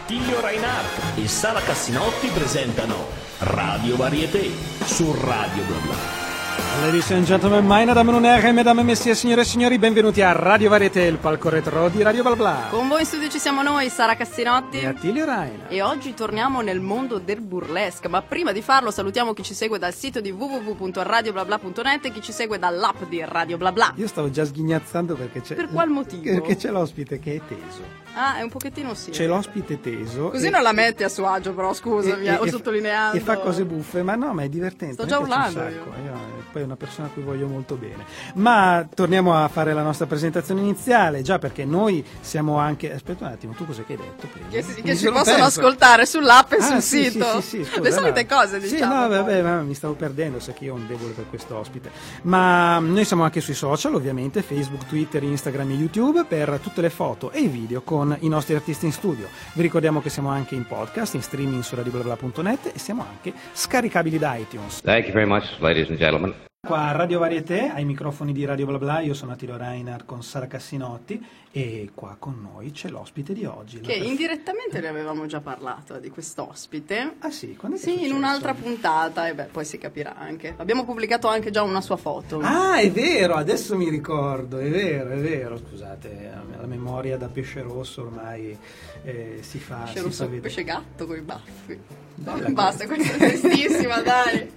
Attilio Reinhardt e Sara Cassinotti presentano Radio Varieté su Radio BlaBla. Ladies and gentlemen, meine Damen und Herren, mesdames et messieurs, signore e signori, benvenuti a Radio Varieté, il palco retro di Radio BlaBla. Con voi in studio ci siamo noi, Sara Cassinotti e Attilio Reinhardt. E oggi torniamo nel mondo del burlesque, ma prima di farlo salutiamo chi ci segue dal sito di www.radioblabla.net e chi ci segue dall'app di Radio BlaBla. Io stavo già sghignazzando perché c'è... Per qual motivo? Perché c'è l'ospite che è teso. Ah, è un pochettino sì. C'è l'ospite teso. Così non la metti a suo agio, però scusami, ho sottolineato. E fa cose buffe, ma no, ma è divertente. Sto già urlando io. Poi è una persona a cui voglio molto bene. Ma torniamo a fare la nostra presentazione iniziale, già perché noi siamo anche... Aspetta un attimo, tu cosa hai detto prima? Che si possono ascoltare sull'app e sul sito. Sì, scusa, le solite cose, diciamo. Sì, no, vabbè, ma mi stavo perdendo, sai che io ho un debole per questo ospite. Ma noi siamo anche sui social, ovviamente, Facebook, Twitter, Instagram e YouTube, per tutte le foto e i video con i nostri artisti in studio. Vi ricordiamo che siamo anche in podcast, in streaming su radioblabla.net e siamo anche scaricabili da iTunes. Thank you very much, ladies and gentlemen. Qua a Radio Varieté, ai microfoni di Radio BlaBla, io sono Attilio Reinhardt con Sara Cassinotti e qua con noi c'è l'ospite di oggi. Che indirettamente ne avevamo già parlato di quest'ospite. Ah sì? Quando è che sì, in un'altra puntata, e beh, poi si capirà anche. Abbiamo pubblicato anche già una sua foto. Ah, è vero, adesso mi ricordo, è vero, scusate, la memoria da pesce rosso ormai si fa... Pesce rosso, vedere. Pesce gatto con i baffi. Basta, questa è tristissima, dai.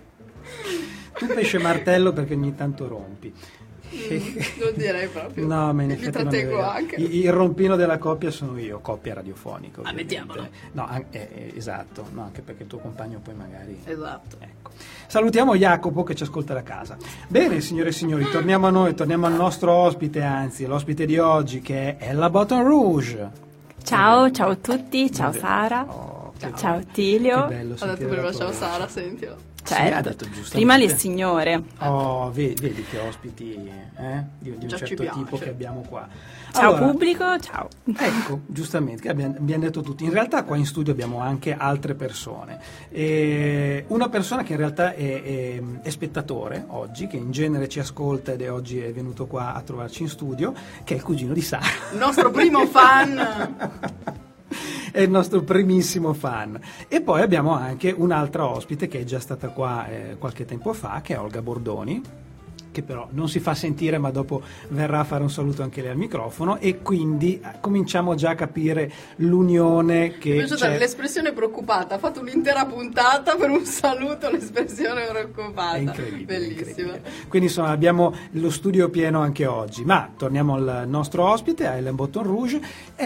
Tu pesce martello perché ogni tanto rompi. Non direi proprio. No, ma in effetti non è vero. Anche. Il rompino della coppia sono io, coppia radiofonica. Mettiamolo. No, esatto, no, anche perché il tuo compagno poi magari... Esatto. Ecco. Salutiamo Jacopo che ci ascolta da casa. Bene, signore e signori, torniamo a noi, torniamo al nostro ospite, anzi, l'ospite di oggi che è Ella Baton Rouge. Ciao a tutti, ciao Sara. Ciao Attilio. Che bello. Ho detto prima ciao Sara, sentilo. Certo. Sì, ha detto giustamente. Prima le signore. Oh, vedi che ospiti di un certo tipo che abbiamo qua. Ciao allora, pubblico, ciao. Ecco, giustamente, che abbiamo detto tutti. In realtà qua in studio abbiamo anche altre persone. Una persona che in realtà è spettatore oggi, che in genere ci ascolta ed oggi è venuto qua a trovarci in studio, che è il cugino di Sara. Il nostro primo fan. È il nostro primissimo fan. E poi abbiamo anche un'altra ospite che è già stata qua qualche tempo fa, che è Olga Bordoni, che però non si fa sentire, ma dopo verrà a fare un saluto anche lei al microfono, e quindi cominciamo già a capire l'unione che c'è. L'espressione preoccupata, ha fatto un'intera puntata per un saluto, l'espressione preoccupata. È incredibile, bellissima. Incredibile. Quindi insomma abbiamo lo studio pieno anche oggi, ma torniamo al nostro ospite, a Ella Baton Rouge.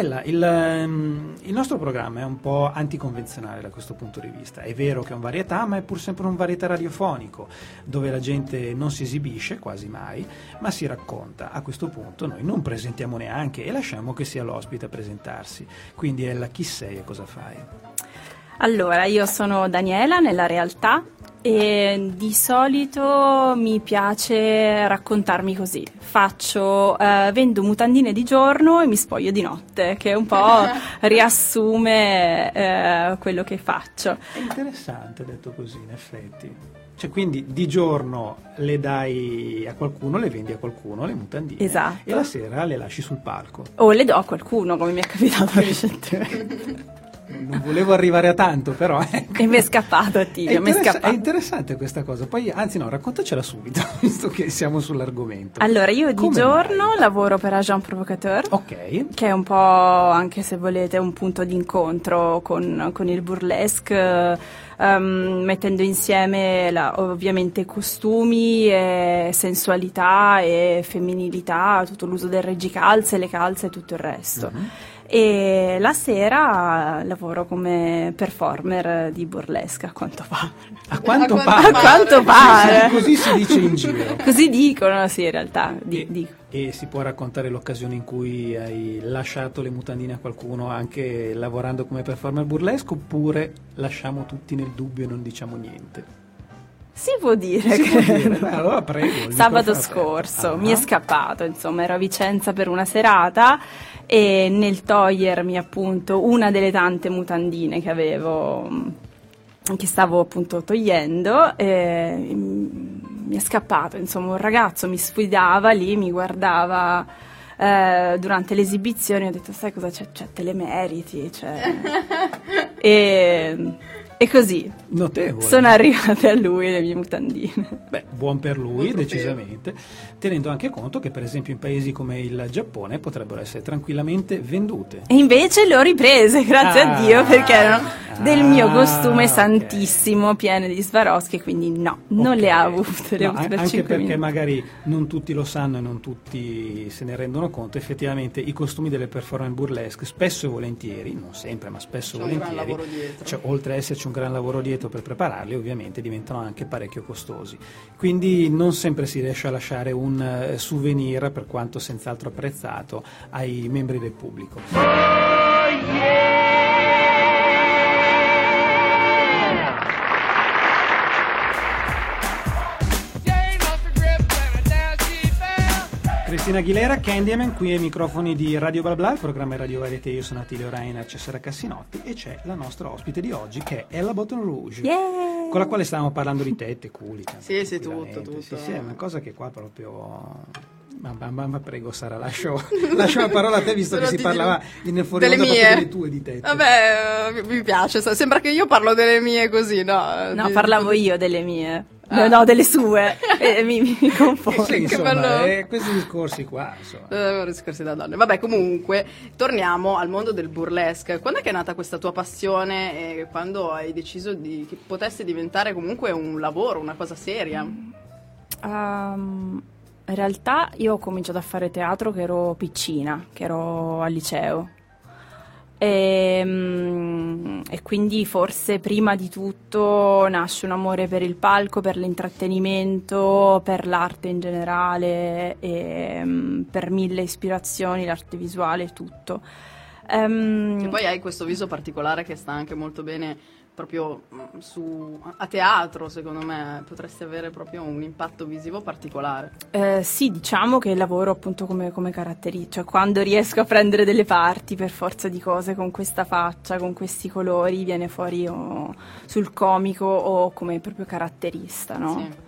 Il nostro programma è un po' anticonvenzionale da questo punto di vista. È vero che è un varietà, ma è pur sempre un varietà radiofonico, dove la gente non si esibisce quasi mai, ma si racconta. A questo punto noi non presentiamo neanche e lasciamo che sia l'ospite a presentarsi. Quindi Ella, chi sei e cosa fai? Allora, io sono Daniela nella realtà e di solito mi piace raccontarmi così. Vendo mutandine di giorno e mi spoglio di notte, che un po' riassume quello che faccio. È interessante detto così, in effetti. Cioè, quindi di giorno le dai a qualcuno, le vendi a qualcuno le mutandine, esatto, e la sera le lasci sul palco. O le do a qualcuno, come mi è capitato recentemente. Non volevo arrivare a tanto, però ecco. E mi è scappato, Attilio, mi è scappato. È interessante questa cosa. Poi, anzi no, raccontacela subito, visto che siamo sull'argomento. Allora, io di giorno lavoro per Agent Provocateur, ok, che è un po', anche se volete, un punto d'incontro con il burlesque, mettendo insieme ovviamente costumi e sensualità e femminilità, tutto l'uso del reggicalze, le calze e tutto il resto. Mm-hmm. E la sera lavoro come performer di burlesque, a quanto pare. A quanto pare. Così si dice in giro. Così dicono, sì, in realtà. E si può raccontare l'occasione in cui hai lasciato le mutandine a qualcuno anche lavorando come performer burlesque, oppure lasciamo tutti nel dubbio e non diciamo niente? Si può dire. Beh, allora prego. Sabato scorso mi è scappato, insomma, ero a Vicenza per una serata e nel togliermi appunto una delle tante mutandine che avevo, che stavo appunto togliendo, mi è scappato, insomma, un ragazzo mi sfidava lì, mi guardava durante l'esibizione ho detto sai cosa c'è, te le meriti, e così Notevole. sono arrivate a lui le mie mutandine. Beh, buon per lui, decisamente, tenendo anche conto che per esempio in paesi come il Giappone potrebbero essere tranquillamente vendute. E invece le ho riprese, grazie a Dio, perché erano del mio costume ok. santissimo, piene di Swarovski, quindi non Ok. le ha avute, le ho No, avute per anche 5 perché minuti. magari non tutti lo sanno e non tutti se ne rendono conto, effettivamente i costumi delle performance burlesque spesso e volentieri, non sempre ma spesso e C'è un gran volentieri, lavoro dietro. cioè, oltre ad esserci un gran lavoro dietro per prepararli, ovviamente diventano anche parecchio costosi, quindi non sempre si riesce a lasciare un souvenir, per quanto senz'altro apprezzato, ai membri del pubblico. Cristina Aguilera, Candyman, qui ai microfoni di Radio BlaBla, il programma è Radio Varieté, io sono Attilio Reiner, c'è Sara Cassinotti e c'è la nostra ospite di oggi che è Ella Botton Rouge, Yeah! con la quale stavamo parlando di tette, culi. Sì, sì, tranquillamente. tutto. Sì, è una cosa che qua proprio... Ma prego Sara, lascio la parola a te visto che Sono si parlava nel fuori delle onda mie. proprio delle tue di tette. Vabbè, mi piace, sembra che io parlo delle mie così, no? No, parlavo io delle mie. No, delle sue. mi confondo. Sì, insomma, bello. questi discorsi qua, insomma. Discorsi da donne. Vabbè, comunque, torniamo al mondo del burlesque. Quando è che è nata questa tua passione e quando hai deciso che potesse diventare comunque un lavoro, una cosa seria? In realtà io ho cominciato a fare teatro che ero piccina, che ero al liceo. E quindi forse prima di tutto nasce un amore per il palco, per l'intrattenimento, per l'arte in generale, e per mille ispirazioni, l'arte visuale, tutto. E poi hai questo viso particolare che sta anche molto bene proprio a teatro, secondo me potresti avere proprio un impatto visivo particolare. Sì, diciamo che lavoro appunto come caratteristica, cioè quando riesco a prendere delle parti per forza di cose con questa faccia, con questi colori, viene fuori o sul comico o come proprio caratterista, no? Sì.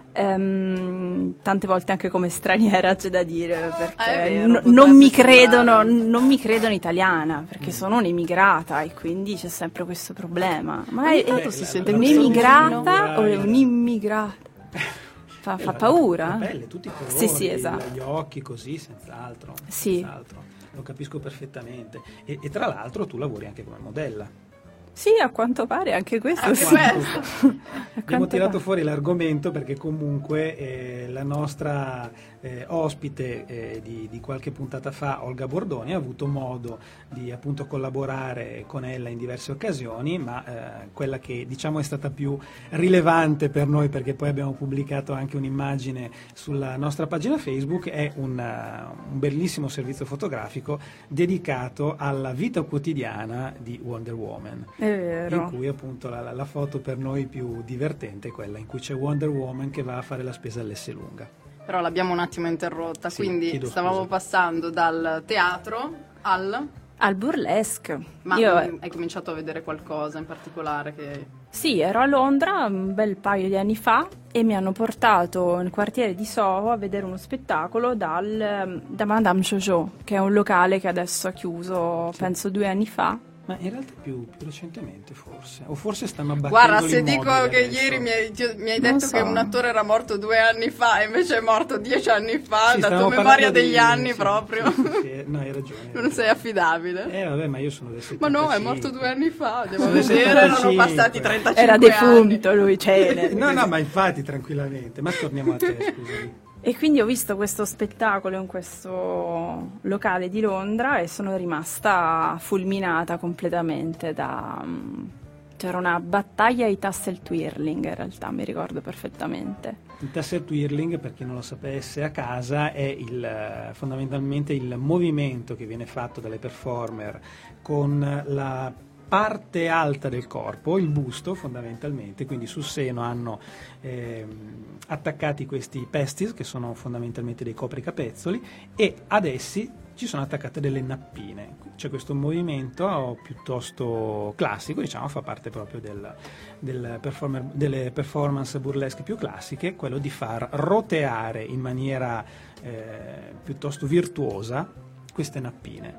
Tante volte anche come straniera c'è da dire, perché È vero, non mi potrebbe credono italiana, perché sono un'immigrata e quindi c'è sempre questo problema. Ma è si sente un'immigrata o è un'immigrata? Fa paura? La pelle, tutti i colori, Sì, esatto. gli occhi così, senz'altro. Sì. Senz'altro. Lo capisco perfettamente. E tra l'altro tu lavori anche come modella. Sì, a quanto pare anche questo. Anche sì. questo. Abbiamo tirato fuori l'argomento perché comunque la nostra ospite di qualche puntata fa, Olga Bordoni, ha avuto modo di appunto collaborare con ella in diverse occasioni, ma quella che diciamo è stata più rilevante per noi, perché poi abbiamo pubblicato anche un'immagine sulla nostra pagina Facebook, è un bellissimo servizio fotografico dedicato alla vita quotidiana di Wonder Woman. È vero. In cui appunto la foto per noi più divertente è quella in cui c'è Wonder Woman che va a fare la spesa all'Esselunga. Però l'abbiamo un attimo interrotta, Sì, quindi chiedo stavamo scusa. passando dal teatro Al burlesque. Ma Io, hai cominciato a vedere qualcosa in particolare che... sì, ero a Londra un bel paio di anni fa e mi hanno portato nel quartiere di Soho a vedere uno spettacolo da Madame Jojo, che è un locale che adesso ha chiuso, penso 2 anni fa. Ma in realtà più recentemente forse, o forse stanno abbattendo Guarda, se l'immobile dico che adesso. ieri mi hai Non detto so. che un attore era morto 2 anni fa e invece è morto 10 anni fa, Sì, dato stavamo memoria parlando degli anni sì, proprio. sì, no, hai ragione. Non sei affidabile. Vabbè, ma io sono del Ma 75. no, è morto 2 anni fa, devo Sono del vedere, erano 75. passati 35 Era anni. defunto lui, cioè. No, ma infatti tranquillamente, ma torniamo a te, scusami. E quindi ho visto questo spettacolo in questo locale di Londra e sono rimasta fulminata completamente c'era una battaglia ai tassel twirling, in realtà mi ricordo perfettamente. Il tassel twirling, per chi non lo sapesse a casa, è fondamentalmente il movimento che viene fatto dalle performer con la parte alta del corpo, il busto fondamentalmente, quindi sul seno hanno attaccati questi pasties che sono fondamentalmente dei copricapezzoli e ad essi ci sono attaccate delle nappine. C'è questo movimento piuttosto classico, diciamo, fa parte proprio delle performance burlesque più classiche, quello di far roteare in maniera piuttosto virtuosa queste nappine.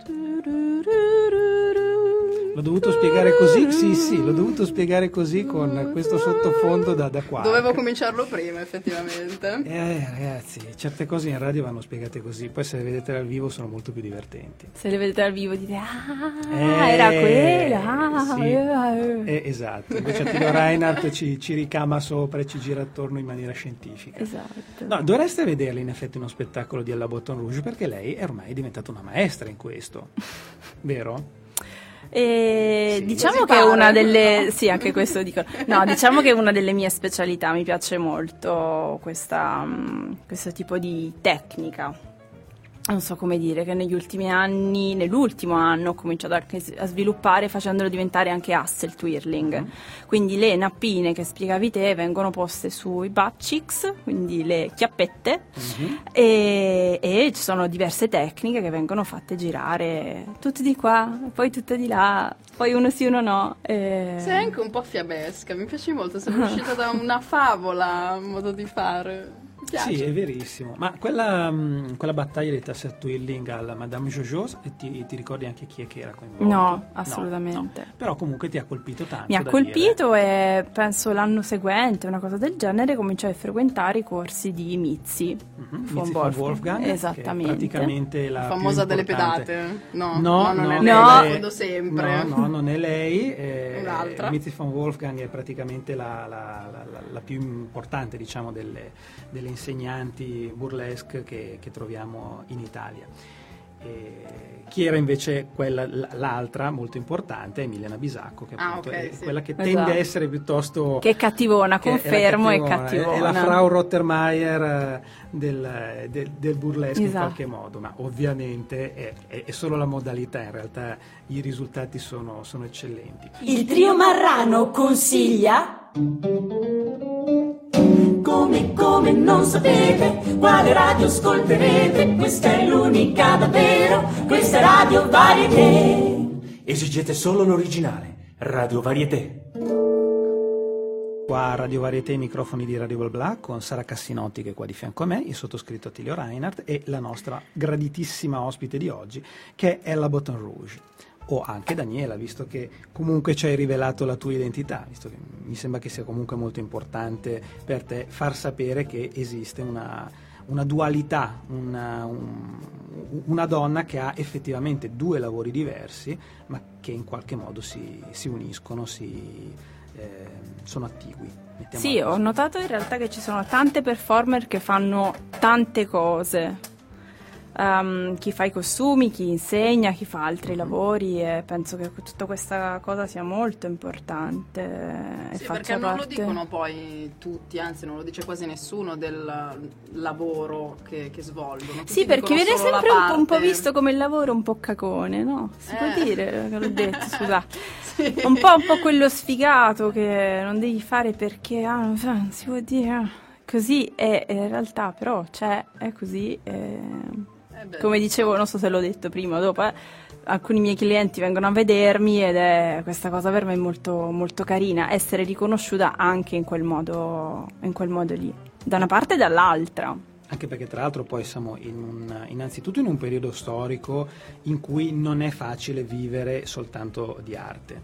L'ho dovuto spiegare così? Sì, l'ho dovuto spiegare così con questo sottofondo da qua. Dovevo cominciarlo prima, effettivamente. Ragazzi, certe cose in radio vanno spiegate così, poi se le vedete dal vivo sono molto più divertenti. Se le vedete dal vivo dite era quella. Sì. Esatto, invece Attilio Reinhardt ci ricama sopra e ci gira attorno in maniera scientifica. Esatto. No, dovreste vederla in effetti uno spettacolo di Ella Botton Rouge, perché lei è ormai diventata una maestra in questo, vero? Sì, diciamo che è una delle sì, anche questo dico. No, diciamo che è una delle mie specialità, mi piace molto questo tipo di tecnica. Non so come dire, che negli ultimi anni, nell'ultimo anno ho cominciato anche a sviluppare facendolo diventare anche Hassel twirling. Quindi le nappine che spiegavi te vengono poste sui butt cheeks, quindi le chiappette, e ci sono diverse tecniche che vengono fatte girare tutte di qua, poi tutte di là, poi uno sì uno no. Sei anche un po' fiabesca, mi piace molto, sei uscita da una favola modo di fare. Sì, è verissimo. Ma quella battaglia di Hassel twirling alla Madame Jojo, ti ricordi anche chi è che era coinvolto? No, assolutamente. No. Però comunque ti ha colpito tanto. Mi ha colpito e penso l'anno seguente, una cosa del genere, cominciai a frequentare i corsi di Mitzi von Wolfgang, esattamente. Che è praticamente la famosa delle pedate. pedate. No, non è lei. No, sempre. No, non è lei. Un'altra. Mitzi von Wolfgang è praticamente la più importante, diciamo, delle insegnanti burlesque che troviamo in Italia. Chi era invece l'altra molto importante è Milena Bisacco, che appunto è quella che tende a essere piuttosto che è cattivona, confermo, è cattivona. È la Frau Rottermeier del burlesque in qualche modo, ma ovviamente è solo la modalità, in realtà i risultati sono eccellenti. Il trio Marrano consiglia. Come non sapete quale radio ascolterete, questa è l'unica davvero, questa è Radio Varieté. Esigete solo l'originale, Radio Varieté. Qua a Radio Varieté, i microfoni di Radio Bla Bla con Sara Cassinotti che è qua di fianco a me, il sottoscritto Attilio Reinhardt e la nostra graditissima ospite di oggi che è Ella Botton Rouge. O anche Daniela, visto che comunque ci hai rivelato la tua identità, visto che mi sembra che sia comunque molto importante per te far sapere che esiste una dualità, una donna che ha effettivamente due lavori diversi, ma che in qualche modo si uniscono, sono attigui. Sì, ho notato in realtà che ci sono tante performer che fanno tante cose. Chi fa i costumi, chi insegna, chi fa altri lavori, e penso che tutta questa cosa sia molto importante. Sì, perché non lo dicono poi tutti, anzi non lo dice quasi nessuno del lavoro che svolgono. Tutti sì, perché viene sempre un po' visto come il lavoro un po' cacone, no? Si può dire, che l'ho detto, scusate. Sì. Un po' quello sfigato che non devi fare perché non si può dire così, e in realtà però è così. Come dicevo, non so se l'ho detto prima o dopo, alcuni miei clienti vengono a vedermi ed è questa cosa per me molto, molto carina, essere riconosciuta anche in quel modo lì, da una parte e dall'altra. Anche perché tra l'altro poi siamo innanzitutto in un periodo storico in cui non è facile vivere soltanto di arte.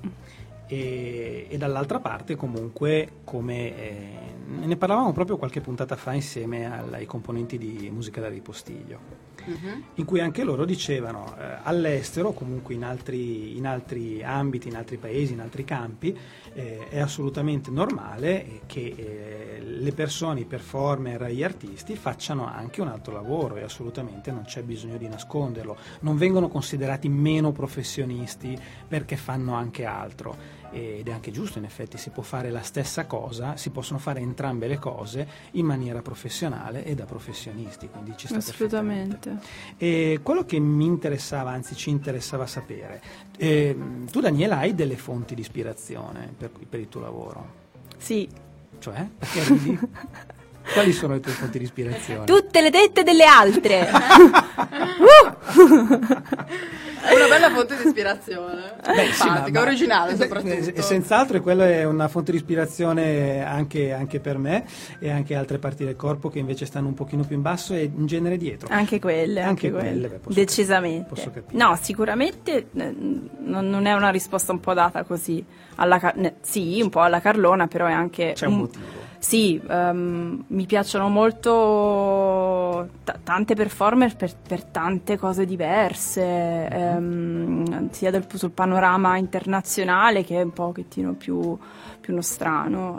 E dall'altra parte comunque, come ne parlavamo proprio qualche puntata fa insieme ai componenti di Musica da Ripostiglio, in cui anche loro dicevano all'estero, comunque in altri ambiti, in altri paesi, in altri campi, è assolutamente normale che le persone, i performer, gli artisti facciano anche un altro lavoro, e assolutamente non c'è bisogno di nasconderlo, non vengono considerati meno professionisti perché fanno anche altro. Ed è anche giusto, in effetti si può fare la stessa cosa, si possono fare entrambe le cose in maniera professionale e da professionisti, quindi ci sta assolutamente. E quello che mi interessava, anzi ci interessava sapere, tu Daniela hai delle fonti di ispirazione per il tuo lavoro? Sì. Cioè? Perché ridi? Quali sono le tue fonti di ispirazione? Tutte le tette delle altre. È una bella fonte di ispirazione. Simpatica, originale soprattutto. Senz'altro, e quella è una fonte di ispirazione anche per me, e anche altre parti del corpo che invece stanno un pochino più in basso e in genere dietro. Anche quelle. Decisamente. Posso capire. No, sicuramente non è una risposta un po' data così, sì, un po' alla Carlona, però è anche... C'è un motivo. Sì, mi piacciono molto tante performer per tante cose diverse, sia sul panorama internazionale che un pochettino più nostrano.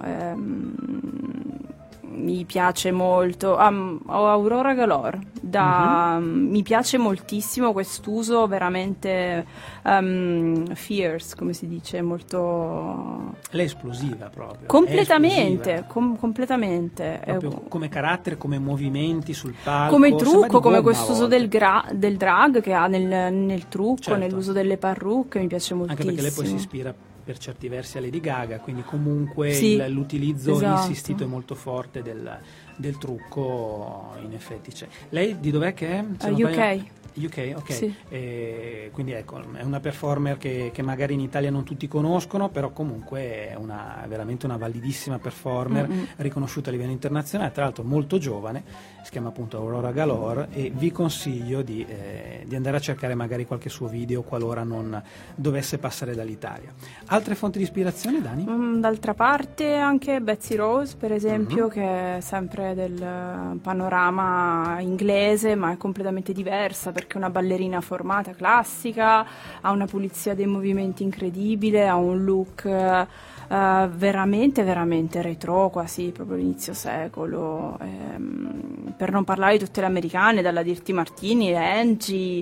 Mi piace molto Aurora Galore, mi piace moltissimo quest'uso veramente fierce, come si dice, molto... Lei è esplosiva proprio. Completamente, completamente. Proprio come carattere, come movimenti sul palco. Come trucco, come quest'uso del drag che ha nel trucco, certo, nell'uso delle parrucche, mi piace moltissimo. Anche perché lei poi si ispira per certi versi a Lady Gaga, quindi comunque sì, l'utilizzo esatto, insistito e molto forte del trucco, in effetti c'è. Lei di dov'è che è? UK, ok. Sì. Quindi ecco, è una performer che magari in Italia non tutti conoscono, però comunque è veramente una validissima performer, riconosciuta a livello internazionale, tra l'altro molto giovane, si chiama appunto Aurora Galore, e vi consiglio di andare a cercare magari qualche suo video qualora non dovesse passare dall'Italia. Altre fonti di ispirazione, Dani? D'altra parte anche Betsy Rose, per esempio, che è sempre del panorama inglese, ma è completamente diversa, perché è una ballerina formata, classica, ha una pulizia dei movimenti incredibile, ha un look veramente veramente retro, quasi proprio l'inizio secolo, per non parlare di tutte le americane, dalla Dirty Martini, Angie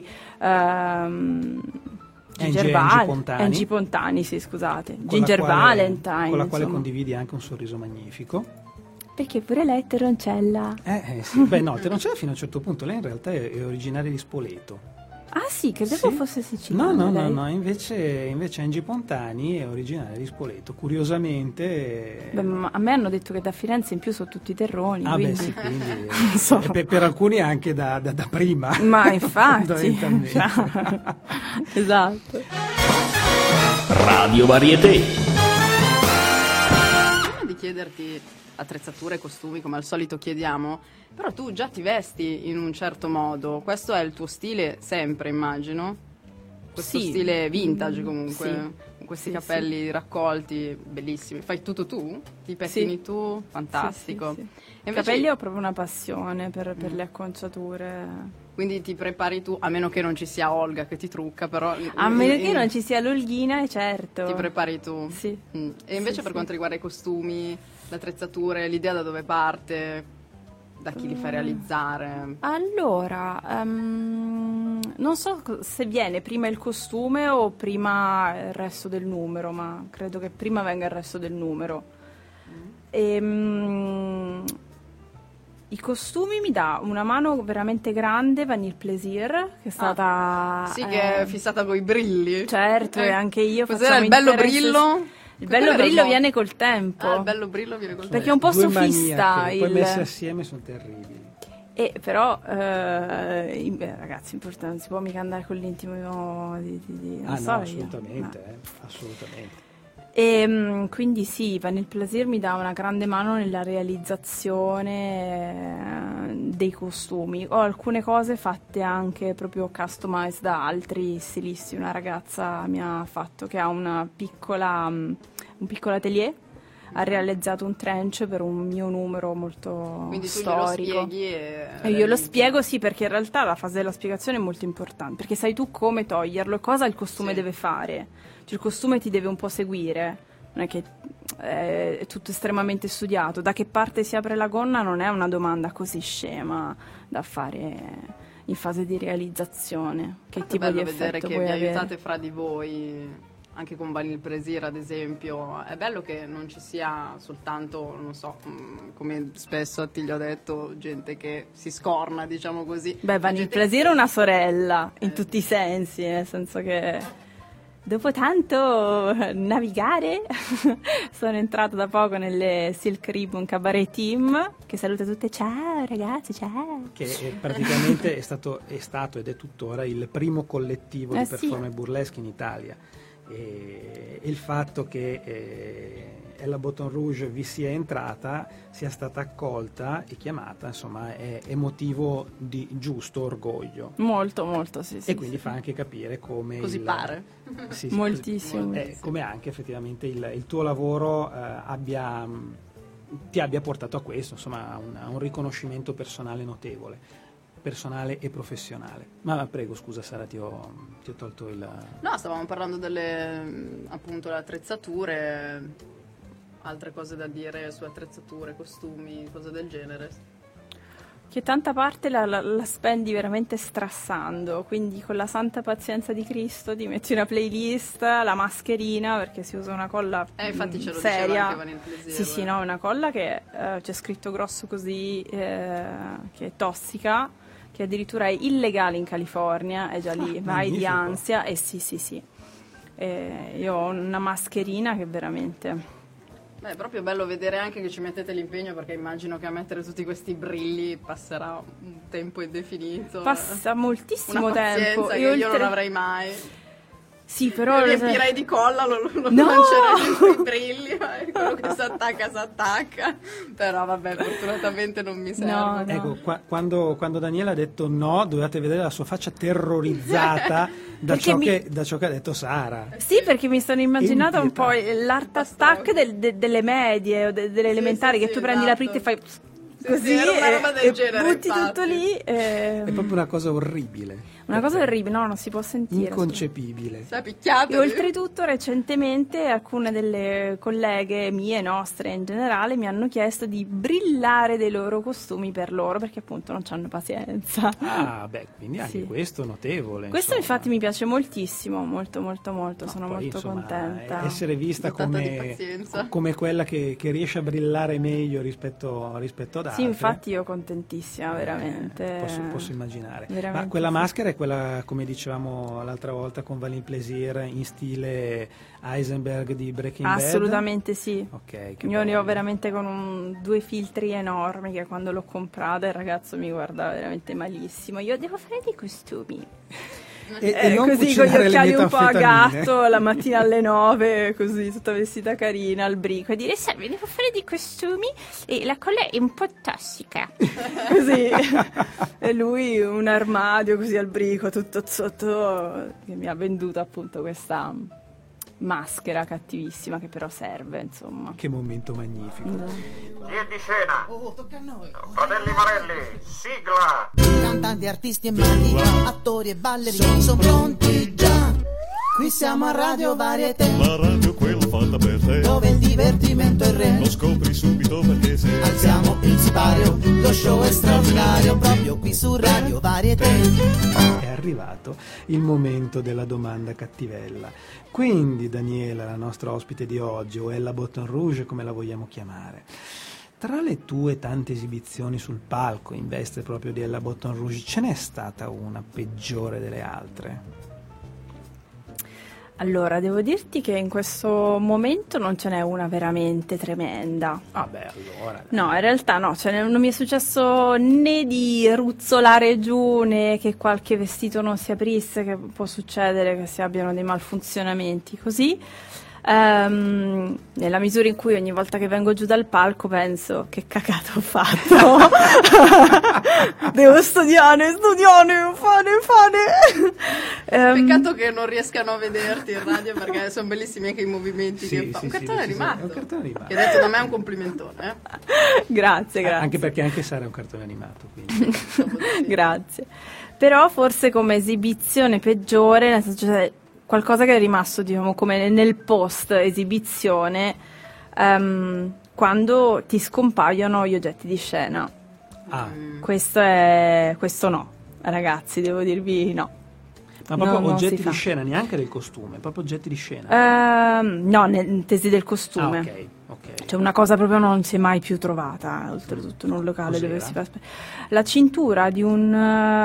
Pontani, sì, scusate, Ginger Valentine, con la quale insomma, condividi anche un sorriso magnifico. perché pure lei è Terroncella. Sì. Beh no, Terroncella fino a un certo punto, lei in realtà è originaria di Spoleto. Ah sì, credevo fosse siciliana. No, invece Angie Pontani è originaria di Spoleto, curiosamente. Beh, ma a me hanno detto che da Firenze in più sono tutti terroni. Ah quindi... beh sì, quindi non so. per alcuni anche da prima. Ma infatti. Esatto. Radio Varieté. Prima di chiederti attrezzature e costumi, come al solito chiediamo, però tu già ti vesti in un certo modo, questo è il tuo stile sempre, immagino? Questo stile vintage comunque, con questi capelli raccolti, bellissimi. Fai tutto tu? Ti pettini tu? Fantastico. Sì. E invece... Capelli ho proprio una passione per le acconciature. Quindi ti prepari tu, a meno che non ci sia Olga che ti trucca, però... A meno che non ci sia l'Olghina, certo. Ti prepari tu? Sì. E invece per quanto riguarda i costumi, le attrezzature, l'idea da dove parte, da chi li fai realizzare? Allora, non so se viene prima il costume o prima il resto del numero, ma credo che prima venga il resto del numero. I costumi mi dà una mano veramente grande Vanille Plaisir, che è stata... Sì, che è fissata con i brilli. Certo, e anche io Cos'era il bello brillo? Il bello brillo viene col tempo. Il bello brillo viene col tempo. Perché è un po' sofista. Poi messi assieme sono terribili. Però, ragazzi, importante, non si può mica andare con l'intimo non so assolutamente, assolutamente. E quindi sì, Vanille Plaisir mi dà una grande mano nella realizzazione dei costumi. Ho alcune cose fatte anche proprio customized da altri stilisti. Una ragazza mi ha fatto, che ha un piccolo atelier, ha realizzato un trench per un mio numero molto quindi storico. Quindi tu glielo spieghi e io lo spiego, sì, perché in realtà la fase della spiegazione è molto importante, perché sai tu come toglierlo e cosa il costume deve fare. Cioè, il costume ti deve un po' seguire, non è che è tutto estremamente studiato. Da che parte si apre la gonna non è una domanda così scema da fare in fase di realizzazione. Che tipo di effetto vedere che vuoi vi avere? aiutate fra di voi, anche con Vanille Plaisir ad esempio. È bello che non ci sia soltanto, non so, come spesso ti gli ho detto, gente che si scorna, diciamo così. Beh, Vanille Plaisir è una sorella in tutti i sensi, nel senso che dopo tanto navigare, sono entrata da poco nelle Silk Ribbon Cabaret Team, che saluta tutte, ciao ragazzi, ciao. Che praticamente è stato ed è tuttora il primo collettivo di performer burlesque in Italia. E il fatto che Ella Botton Rouge vi sia entrata, sia stata accolta e chiamata, insomma, è motivo di giusto orgoglio. Molto, molto, sì. E quindi fa anche capire come... Così pare. Sì, moltissimo. Come anche effettivamente il tuo lavoro ti abbia portato a questo, insomma, a un riconoscimento personale notevole. Personale e professionale. Ma prego, scusa Sara, ti ho tolto il... No, stavamo parlando delle, appunto, le attrezzature, altre cose da dire su attrezzature, costumi, cose del genere. Che tanta parte la spendi veramente strassando, quindi con la santa pazienza di Cristo ti metti una playlist, la mascherina, perché si usa una colla infatti ce lo seria. diceva anche Vanilla Plesier. Sì, no, una colla che c'è scritto grosso così, che è tossica, che addirittura è illegale in California, è già lì, vai di ansia, e sì. Io ho una mascherina che veramente... Beh, è proprio bello vedere anche che ci mettete l'impegno, perché immagino che a mettere tutti questi brilli passerà un tempo indefinito. Passa moltissimo tempo. Che io non avrei mai. Sì, però... Lo riempirei di colla, lo no! lancerei sui brilli, quello che si attacca. Però vabbè, fortunatamente non mi serve. No. Ecco, quando Daniela ha detto no, dovete vedere la sua faccia terrorizzata da ciò che ha detto Sara. Sì, perché mi sono immaginata un po' l'art attack delle medie o delle elementari, che tu prendi la print e fai... così era una roba del genere, butti tutto lì. È proprio una cosa orribile. Una cosa orribile, no, non si può sentire. Inconcepibile. Sei picchiato. E oltretutto recentemente alcune delle colleghe mie, nostre in generale, mi hanno chiesto di brillare dei loro costumi per loro, perché appunto non hanno pazienza. Ah, beh, quindi anche questo è notevole. Questo insomma. infatti mi piace moltissimo, molto, sono poi, molto insomma, contenta. Essere vista come quella che riesce a brillare meglio rispetto ad altre. Sì, infatti io contentissima, veramente. Posso immaginare. Veramente Ma quella maschera è quella, come dicevamo l'altra volta con Vanilla Plesier, in stile Heisenberg di Breaking Bad? Assolutamente sì. Ok. Io ne ho veramente con 2 filtri enormi, che quando l'ho comprata il ragazzo mi guardava veramente malissimo. Io devo fare dei costumi. E non così con gli occhiali un po' a metanfetamine. gatto, la mattina alle 9, così tutta vestita carina al brico, e dire salve, devo fare dei costumi e la colla è un po' tossica. Così. E lui un armadio così al brico, tutto sotto, che mi ha venduto appunto questa maschera cattivissima, che però serve, insomma. Che momento magnifico. Via di scena. Tocca a noi. Fratelli Marelli, sigla. Cantanti, artisti e maghi, attori e ballerini sono pronti già. Qui siamo a Radio Varieté, la radio quella fatta per te, dove il divertimento è il re. lo scopri subito perché se alziamo il sipario, lo show è straordinario, proprio qui su Radio Varieté. È arrivato il momento della domanda cattivella. Quindi Daniela, la nostra ospite di oggi, o Ella Botton Rouge, come la vogliamo chiamare, tra le tue tante esibizioni sul palco in veste proprio di Ella Botton Rouge, ce n'è stata una peggiore delle altre? Allora, devo dirti che in questo momento non ce n'è una veramente tremenda. Ah beh, allora... No, in realtà no, non mi è successo né di ruzzolare giù, né che qualche vestito non si aprisse, che può succedere che si abbiano dei malfunzionamenti così. Nella misura in cui ogni volta che vengo giù dal palco penso che cagata ho fatto. Devo studiare, fare. Peccato che non riescano a vederti in radio, perché sono bellissimi anche i movimenti che fa. Un cartone animato. È un cartone animato. Che detto da me è un complimentone. Grazie. Anche perché anche Sara è un cartone animato. Quindi. Grazie. Però forse come esibizione peggiore, nel senso, cioè, qualcosa che è rimasto, diciamo, come nel post esibizione, quando ti scompaiono gli oggetti di scena. Questo no, ragazzi, devo dirvi no. Ma proprio oggetti di scena, neanche del costume, proprio oggetti di scena. No, intesi del costume. Ok. Ok. Cioè una cosa proprio non si è mai più trovata, oltretutto in un locale Cos'era? dove si fa la cintura di un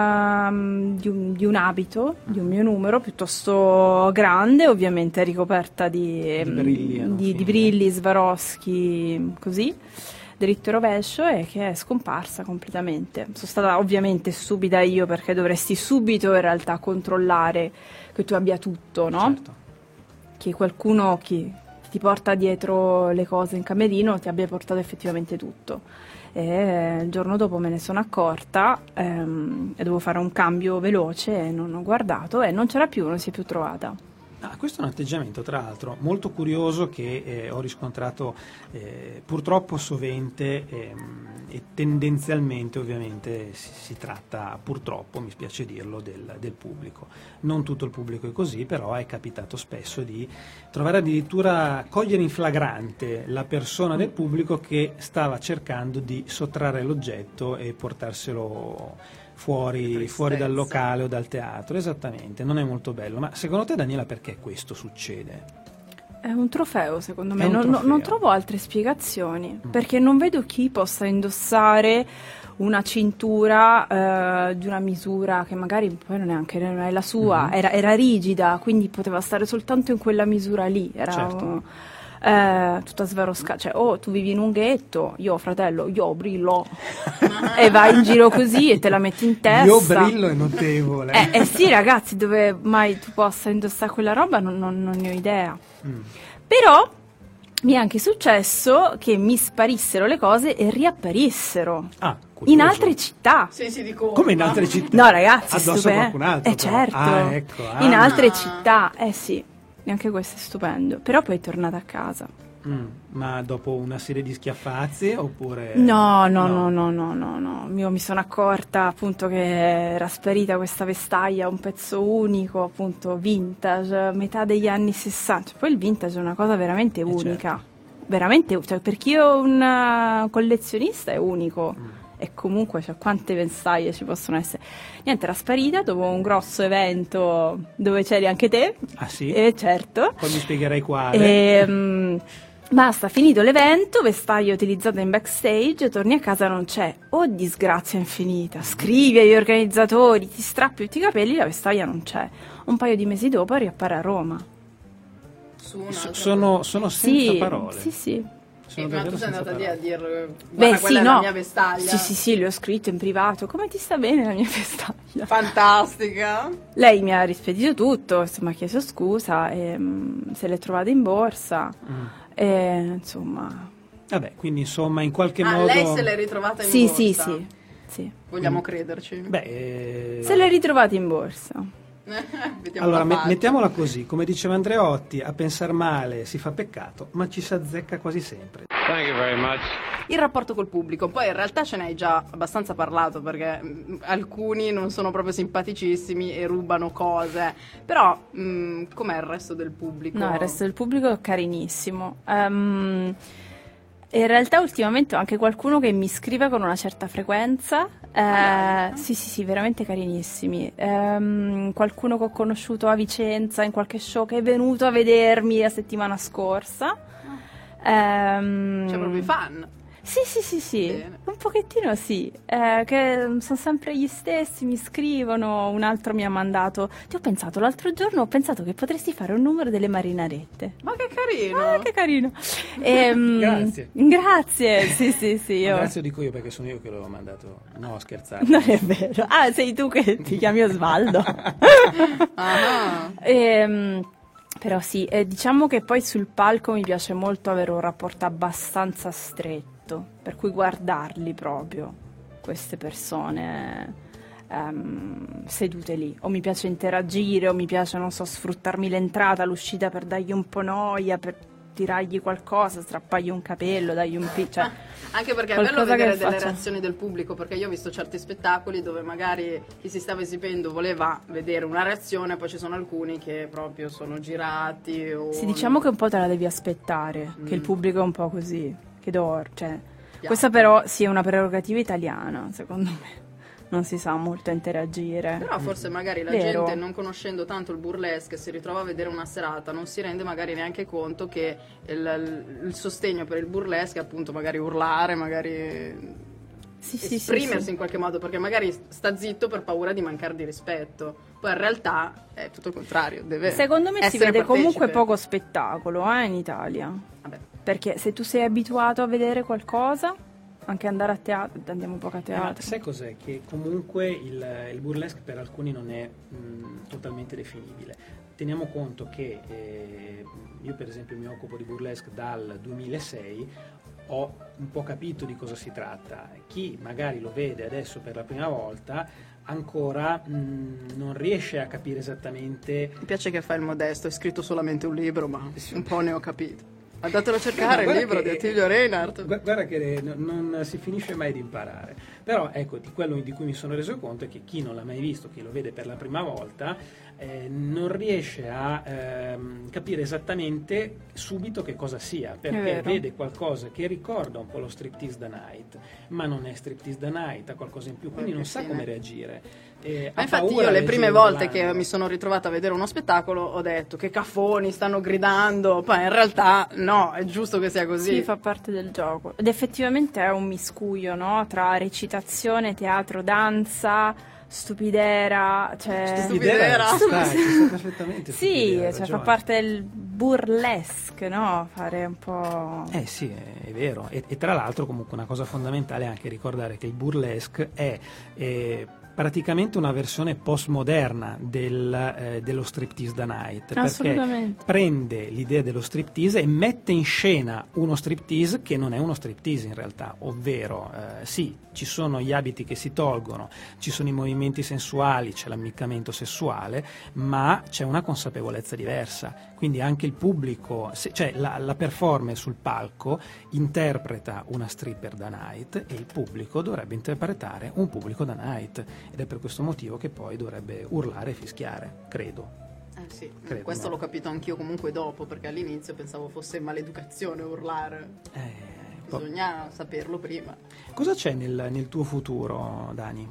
abito, di un mio numero piuttosto grande, ovviamente ricoperta di brilli, di brilli, Swarovski, così, dritto e rovescio, e che è scomparsa completamente. Sono stata ovviamente stupida io, perché dovresti subito in realtà controllare che tu abbia tutto, no? Certo. Che qualcuno che ti porta dietro le cose in camerino ti abbia portato effettivamente tutto. E il giorno dopo me ne sono accorta e dovevo fare un cambio veloce e non ho guardato e non c'era più, non si è più trovata. Questo è un atteggiamento, tra l'altro, molto curioso, che ho riscontrato purtroppo sovente e tendenzialmente, ovviamente, si tratta, purtroppo, mi spiace dirlo, del pubblico. Non tutto il pubblico è così, però è capitato spesso di trovare addirittura, cogliere in flagrante la persona del pubblico che stava cercando di sottrarre l'oggetto e portarselo fuori dal locale o dal teatro. Esattamente, non è molto bello. Ma secondo te, Daniela, perché questo succede? È un trofeo, secondo me. È un trofeo. Non trovo altre spiegazioni, perché non vedo chi possa indossare una cintura di una misura che magari poi non è la sua, era rigida, quindi poteva stare soltanto in quella misura lì. Era Certo. tutta svaroscata, cioè tu vivi in un ghetto, io fratello, io brillo e vai in giro così e te la metti in testa. Io brillo è notevole. Sì, ragazzi, dove mai tu possa indossare quella roba non ne ho idea. Però mi è anche successo che mi sparissero le cose e riapparissero in altre città. Sì, di come? Come in altre città? No, ragazzi, addosso a qualcun altro, però. certo. Ecco. In altre città, sì. Anche questo è stupendo, però poi è tornata a casa. Ma dopo una serie di schiaffazzi oppure... No. Io mi sono accorta appunto che era sparita questa vestaglia, un pezzo unico, appunto vintage, metà degli anni 60. Poi il vintage è una cosa veramente unica. Certo. Veramente, cioè, per chi è un collezionista è unico. E comunque, cioè, quante vestaglie ci possono essere? Niente, era sparita dopo un grosso evento dove c'eri anche te. Ah sì? Certo. Poi mi spiegherai quale. Basta, finito l'evento, vestaglia utilizzata in backstage, torni a casa, non c'è. Oh, disgrazia infinita. Scrivi agli organizzatori, ti strappi tutti i capelli, la vestaglia non c'è. Un paio di mesi dopo riappare a Roma. Sono senza parole. Sì. Ma tu sei andata lì a dire quella è la mia vestaglia? Sì, le ho scritto in privato. Come ti sta bene la mia vestaglia? Fantastica. Lei mi ha rispedito tutto, mi ha chiesto scusa, se l'è trovata in borsa, insomma. Vabbè, quindi insomma in qualche modo... lei se l'è ritrovata in borsa? Sì. Vogliamo crederci? Se l'è ritrovata in borsa. Allora, mettiamola così, come diceva Andreotti, a pensar male si fa peccato, ma ci si azzecca quasi sempre. Thank you very much. Il rapporto col pubblico, poi in realtà ce ne hai già abbastanza parlato, perché alcuni non sono proprio simpaticissimi e rubano cose, però com'è il resto del pubblico? No, il resto del pubblico è carinissimo. In realtà ultimamente ho anche qualcuno che mi scrive con una certa frequenza. Sì, veramente carinissimi. Qualcuno che ho conosciuto a Vicenza in qualche show, che è venuto a vedermi la settimana scorsa. C'è proprio i fan? Sì. Bene. Un pochettino sì, che sono sempre gli stessi, mi scrivono. Un altro mi ha mandato, l'altro giorno ho pensato che potresti fare un numero delle marinarette. Ma che carino! Che carino! Grazie, sì. Io. Grazie, dico io, perché sono io che l'avevo mandato. No, scherzate. Non è vero. Sei tu che ti chiami Osvaldo. Però sì, diciamo che poi sul palco mi piace molto avere un rapporto abbastanza stretto, per cui guardarli proprio, queste persone sedute lì. O mi piace interagire, o mi piace, non so, sfruttarmi l'entrata, l'uscita per dargli un po' noia, per tirargli qualcosa, strappargli un capello, dargli un cioè, anche perché è bello vedere delle reazioni del pubblico, perché io ho visto certi spettacoli dove magari chi si stava esibendo voleva vedere una reazione, poi ci sono alcuni che proprio sono girati o... Sì, diciamo che un po' te la devi aspettare, che il pubblico è un po' così, che cioè, questa però sì è una prerogativa italiana, secondo me. non si sa molto interagire. Però forse magari la Vero. gente, non conoscendo tanto il burlesque, si ritrova a vedere una serata, non si rende magari neanche conto che il sostegno per il burlesque è appunto magari urlare, magari esprimersi in qualche modo, perché magari sta zitto per paura di mancare di rispetto. Poi in realtà è tutto il contrario, deve Secondo me si essere vede comunque partecipe. poco spettacolo in Italia. Vabbè. Perché se tu sei abituato a vedere qualcosa, anche andare a teatro, andiamo poco a Ma teatro. sai cos'è? Che comunque il burlesque per alcuni non è totalmente definibile. Teniamo conto che io per esempio mi occupo di burlesque dal 2006, ho un po' capito di cosa si tratta. Chi magari lo vede adesso per la prima volta ancora non riesce a capire esattamente. Mi piace che fai il modesto, hai scritto solamente un libro, ma un po' ne ho capito. Andatelo a cercare il libro di Attilio Reinhardt. Guarda che non si finisce mai di imparare. Però ecco, di quello di cui mi sono reso conto è che chi non l'ha mai visto, chi lo vede per la prima volta, non riesce a capire esattamente subito che cosa sia, perché vede qualcosa che ricorda un po' lo striptease da night, ma non è striptease da night, ha qualcosa in più, quindi non sa come reagire. Ma infatti io le prime volte che mi sono ritrovata a vedere uno spettacolo ho detto che cafoni, stanno gridando, poi in realtà no, è giusto che sia così. Sì, fa parte del gioco. Ed effettivamente è un miscuglio, no? Tra recitazione, teatro, danza, stupidera, cioè... Stupidera. Ci sta perfettamente. Sì, stupidera, cioè fa parte del burlesque, no? Fare un po'... Sì, è vero. E tra l'altro comunque una cosa fondamentale è anche ricordare che il burlesque è praticamente una versione postmoderna dello striptease da night, perché prende l'idea dello striptease e mette in scena uno striptease che non è uno striptease in realtà, ovvero sì, ci sono gli abiti che si tolgono, ci sono i movimenti sensuali, c'è l'ammiccamento sessuale, ma c'è una consapevolezza diversa, quindi anche il pubblico, cioè la performer sul palco interpreta una stripper da night e il pubblico dovrebbe interpretare un pubblico da night. Ed è per questo motivo che poi dovrebbe urlare e fischiare, credo. Sì, Credo, questo no? l'ho capito anch'io comunque dopo, perché all'inizio pensavo fosse maleducazione urlare. Bisogna saperlo prima. Cosa c'è nel tuo futuro, Dani?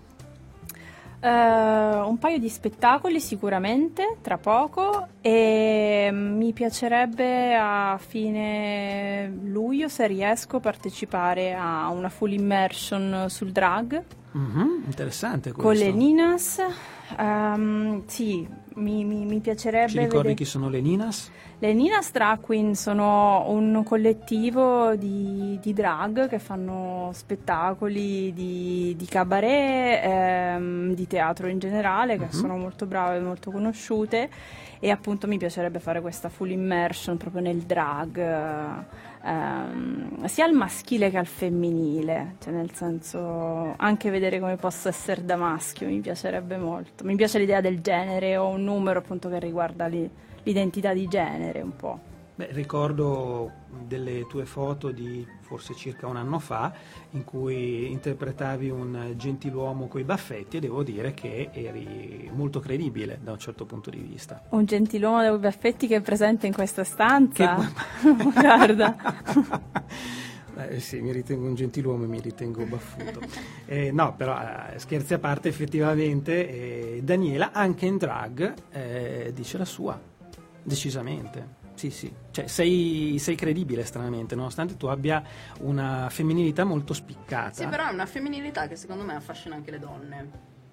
Un paio di spettacoli sicuramente, tra poco, e mi piacerebbe a fine luglio, se riesco, partecipare a una full immersion sul drag. Interessante questo. Con le Ninas. Sì, mi piacerebbe. Ci ricordi chi sono le Ninas? Le Ninas Drag Queen sono un collettivo di drag che fanno spettacoli di cabaret, di teatro in generale, che sono molto brave, molto conosciute, e appunto mi piacerebbe fare questa full immersion proprio nel drag, sia al maschile che al femminile, cioè nel senso anche vedere come posso essere da maschio mi piacerebbe molto. Mi piace l'idea del genere, o un numero appunto che riguarda l'identità di genere un po'. Beh, ricordo delle tue foto di forse circa un anno fa in cui interpretavi un gentiluomo coi baffetti e devo dire che eri molto credibile da un certo punto di vista. Un gentiluomo dei baffetti che è presente in questa stanza? Guarda. Sì, mi ritengo un gentiluomo e mi ritengo baffuto. No, però scherzi a parte, effettivamente Daniela anche in drag dice la sua, decisamente. Sì, cioè sei credibile stranamente, nonostante tu abbia una femminilità molto spiccata. Sì, però è una femminilità che secondo me affascina anche le donne.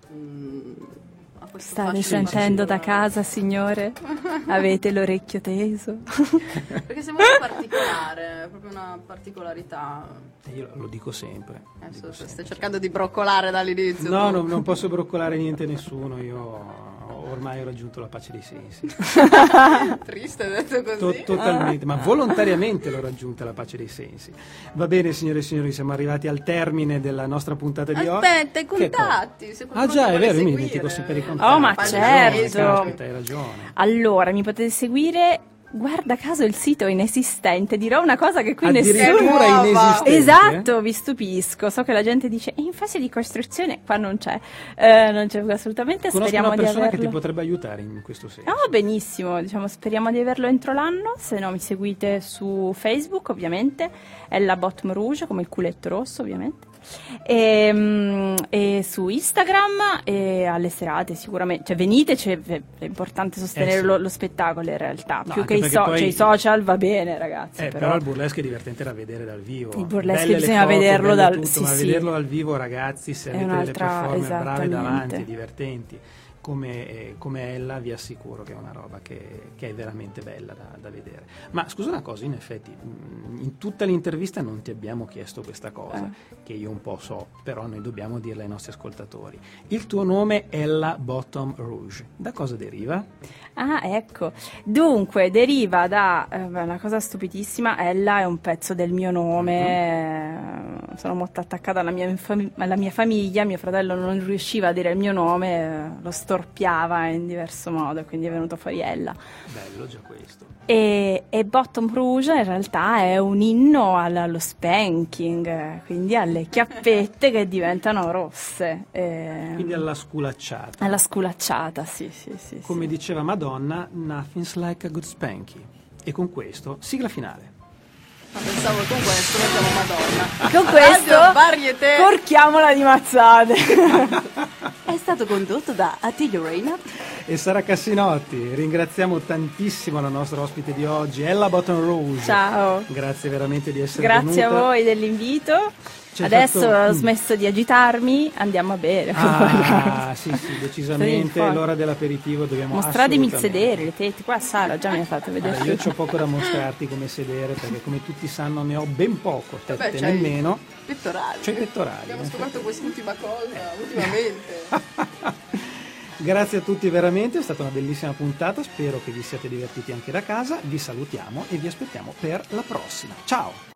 State sentendo da casa, signore? Avete l'orecchio teso? Perché sei molto particolare, è proprio una particolarità. Io lo dico sempre. Stai cercando di broccolare dall'inizio. No, non posso broccolare niente a nessuno, io ormai ho raggiunto la pace dei sensi. Triste detto così. Totalmente, ma volontariamente l'ho raggiunta la pace dei sensi. Va bene, signore e signori, siamo arrivati al termine della nostra puntata di oggi. Aspetta, i contatti. Già, è vero, io mi dimentico sempre i contatti. Oh, ma certo. Hai ragione. Allora, mi potete seguire, guarda caso il sito è inesistente, dirò una cosa che qui nessuno... Addirittura inesistente? Esatto, vi stupisco, so che la gente dice è in fase di costruzione, qua non c'è assolutamente. Conosco speriamo una persona di averlo. che ti potrebbe aiutare in questo senso. Oh, benissimo, speriamo di averlo entro l'anno, se no mi seguite su Facebook ovviamente, è la Bottom Rouge, come il culetto rosso ovviamente. E su Instagram e alle serate sicuramente, cioè venite, è importante sostenere lo spettacolo in realtà, No, più che i social va bene ragazzi, però il burlesque è divertente da vedere dal vivo. Il burlesque bisogna vederlo dal tutto, ma vederlo dal vivo, ragazzi, se avete delle performance brave davanti, divertenti come Ella, vi assicuro che è una roba che è veramente bella da vedere. Ma scusa una cosa, in effetti in tutta l'intervista non ti abbiamo chiesto questa cosa, che io un po' so, però noi dobbiamo dirla ai nostri ascoltatori. Il tuo nome è Ella Bottom Rouge, da cosa deriva? Ah, ecco, dunque deriva da una cosa stupidissima. Ella è un pezzo del mio nome, sono molto attaccata alla mia famiglia. Mio fratello non riusciva a dire il mio nome, lo storpiava in diverso modo, quindi è venuto fuori Ella. Bello già questo. E Bottom Rouge in realtà è un inno allo spanking, quindi alle chiappette che diventano rosse. Quindi alla sculacciata. Alla sculacciata, sì. Come diceva Madonna, nothing's like a good spanky. E con questo, sigla finale. Ma pensavo con questo mettiamo Madonna. Con questo Varieté. corchiamola di mazzate. È stato condotto da Attilio Reina e Sara Cassinotti. Ringraziamo tantissimo la nostra ospite di oggi, Ella Bottom Rouge. Ciao. Grazie veramente di essere venuta. Grazie a voi dell'invito. Adesso ho smesso di agitarmi, andiamo a bere. Sì, decisamente è l'ora dell'aperitivo, dobbiamo mostratemi il sedere, le tette. Qua Sara già mi ha fatto vedere. Io c'ho poco da mostrarti come sedere, perché come tutti sanno ne ho ben poco, tette nemmeno. Pettorali. C'ho i pettorali. Abbiamo scoperto quest'ultima cosa ultimamente. Grazie a tutti veramente, è stata una bellissima puntata, spero che vi siate divertiti anche da casa, vi salutiamo e vi aspettiamo per la prossima. Ciao!